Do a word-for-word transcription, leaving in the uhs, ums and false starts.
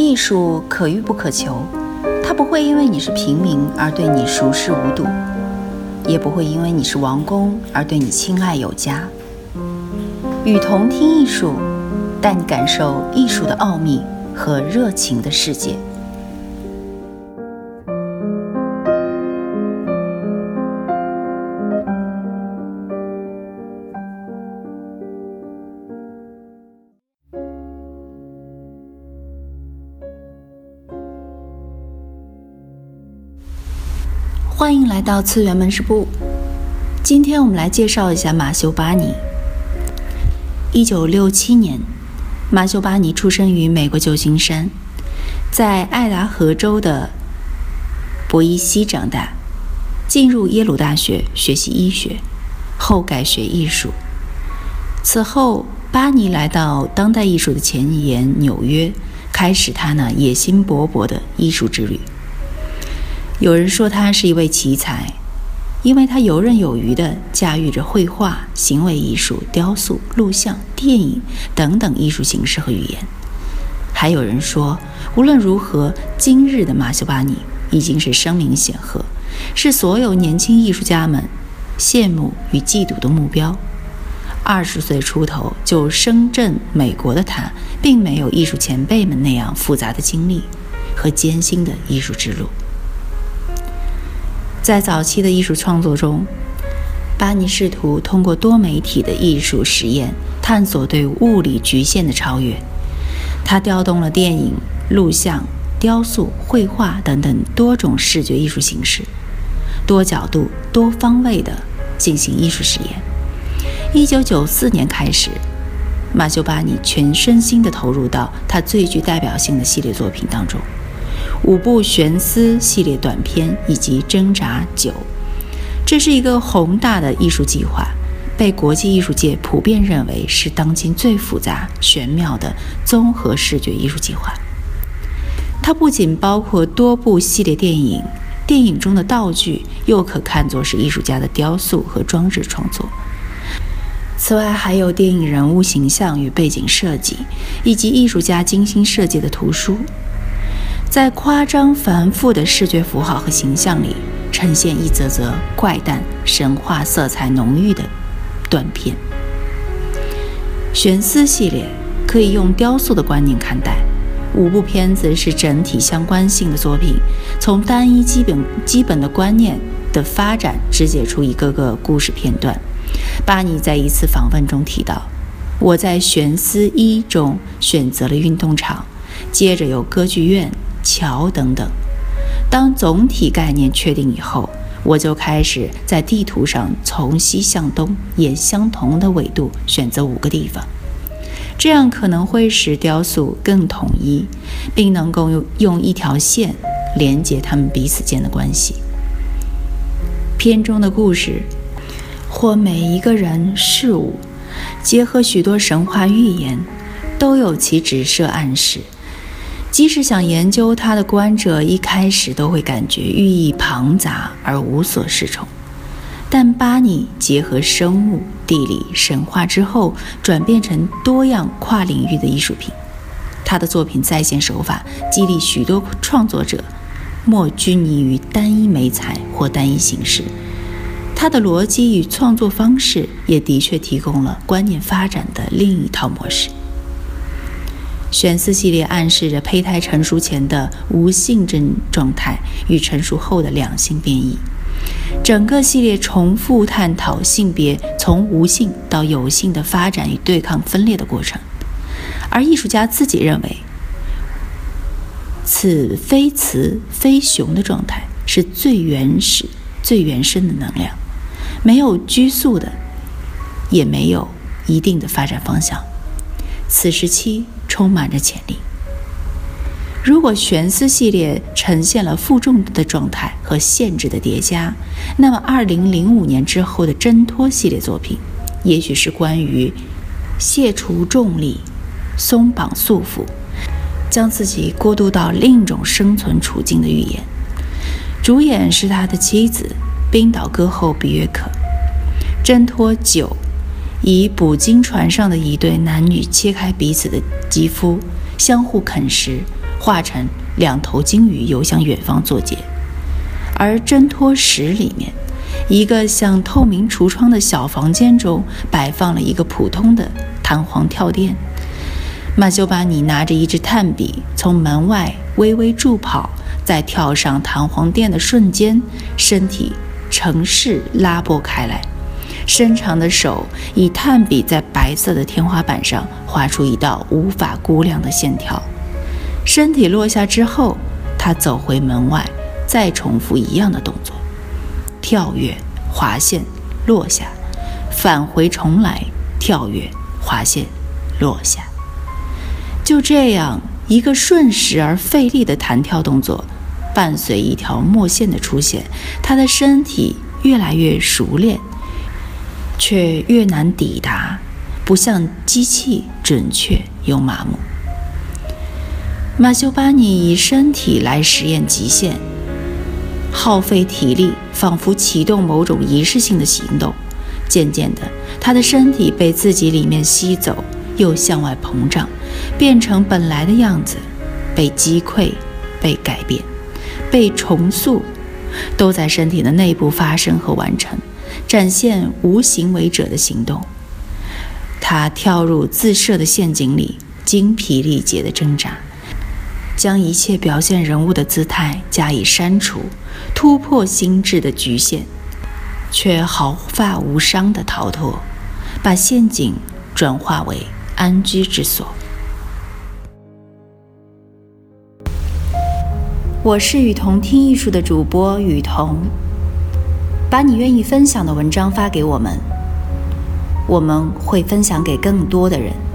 艺术可遇不可求，它不会因为你是平民而对你熟视无睹，也不会因为你是王公而对你青睐有加。与同听艺术，带你感受艺术的奥秘和热情的世界。欢迎来到次元门市部。今天我们来介绍一下马修·巴尼。一九六七年，马修·巴尼出生于美国旧金山，在爱达荷州的博伊西长大，进入耶鲁大学学习医学，后改学艺术。此后，巴尼来到当代艺术的前沿纽约，开始他那野心勃勃的艺术之旅。有人说他是一位奇才，因为他游刃有余地驾驭着绘画、行为艺术、雕塑、录像、电影等等艺术形式和语言。还有人说，无论如何，今日的马修·巴尼已经是声名显赫，是所有年轻艺术家们羡慕与嫉妒的目标。二十岁出头就声震美国的他，并没有艺术前辈们那样复杂的经历和艰辛的艺术之路。在早期的艺术创作中，巴尼试图通过多媒体的艺术实验，探索对物理局限的超越。他调动了电影、录像、雕塑、绘画等等多种视觉艺术形式，多角度、多方位地进行艺术实验。一九九四年开始，马修·巴尼全身心地投入到他最具代表性的系列作品当中。五部悬丝系列短片以及挣扎九，这是一个宏大的艺术计划，被国际艺术界普遍认为是当今最复杂玄妙的综合视觉艺术计划。它不仅包括多部系列电影，电影中的道具又可看作是艺术家的雕塑和装置创作。此外，还有电影人物形象与背景设计，以及艺术家精心设计的图书。在夸张繁复的视觉符号和形象里，呈现一则则怪诞、神话色彩浓郁的短片。悬丝系列可以用雕塑的观念看待，五部片子是整体相关性的作品，从单一基本基本的观念的发展肢解出一个个故事片段。巴尼在一次访问中提到，我在悬丝一中选择了运动场，接着有歌剧院、桥等等。当总体概念确定以后，我就开始在地图上从西向东沿相同的纬度选择五个地方，这样可能会使雕塑更统一，并能够用用一条线连接它们彼此间的关系。片中的故事或每一个人事物，结合许多神话寓言，都有其直射暗示。即使想研究它的观者一开始都会感觉寓意庞杂而无所适从，但巴尼结合生物、地理、神话之后，转变成多样跨领域的艺术品。他的作品再现手法激励许多创作者莫拘泥于单一媒材或单一形式。他的逻辑与创作方式也的确提供了观念发展的另一套模式。悬丝系列暗示着胚胎成熟前的无性征状态与成熟后的两性变异。整个系列重复探讨性别从无性到有性的发展与对抗分裂的过程，而艺术家自己认为，此非雌非雄的状态是最原始、最原生的能量，没有拘束的，也没有一定的发展方向。此时期充满着潜力。如果悬丝系列呈现了负重的状态和限制的叠加，那么二零零五年之后的挣脱系列作品，也许是关于卸除重力、松绑束缚，将自己过渡到另一种生存处境的预言。主演是他的妻子，冰岛歌后比约克。挣脱九以捕鲸船上的一对男女切开彼此的肌肤，相互啃食， 化成两头鲸鱼游向远方作结。而挣脱石里面，一个像透明橱窗的小房间中摆放了一个普通的弹簧跳垫。马修巴尼拿着一支炭笔从门外微微助跑，在跳上弹簧垫的瞬间，身体乘势拉拨开来，伸长的手以炭笔在白色的天花板上画出一道无法估量的线条。身体落下之后，他走回门外，再重复一样的动作，跳跃、滑线、落下，返回重来，跳跃、滑线、落下。就这样，一个顺时而费力的弹跳动作，伴随一条墨线的出现，他的身体越来越熟练，却越难抵达，不像机器准确又麻木。马修巴尼以身体来实验极限，耗费体力，仿佛启动某种仪式性的行动。渐渐的，他的身体被自己里面吸走，又向外膨胀，变成本来的样子，被击溃，被改变，被重塑，都在身体的内部发生和完成，展现无行为者的行动。他跳入自设的陷阱里，精疲力竭地挣扎，将一切表现人物的姿态加以删除，突破心智的局限，却毫发无伤地逃脱，把陷阱转化为安居之所。我是雨桐听艺术的主播雨桐，把你愿意分享的文章发给我们，我们会分享给更多的人。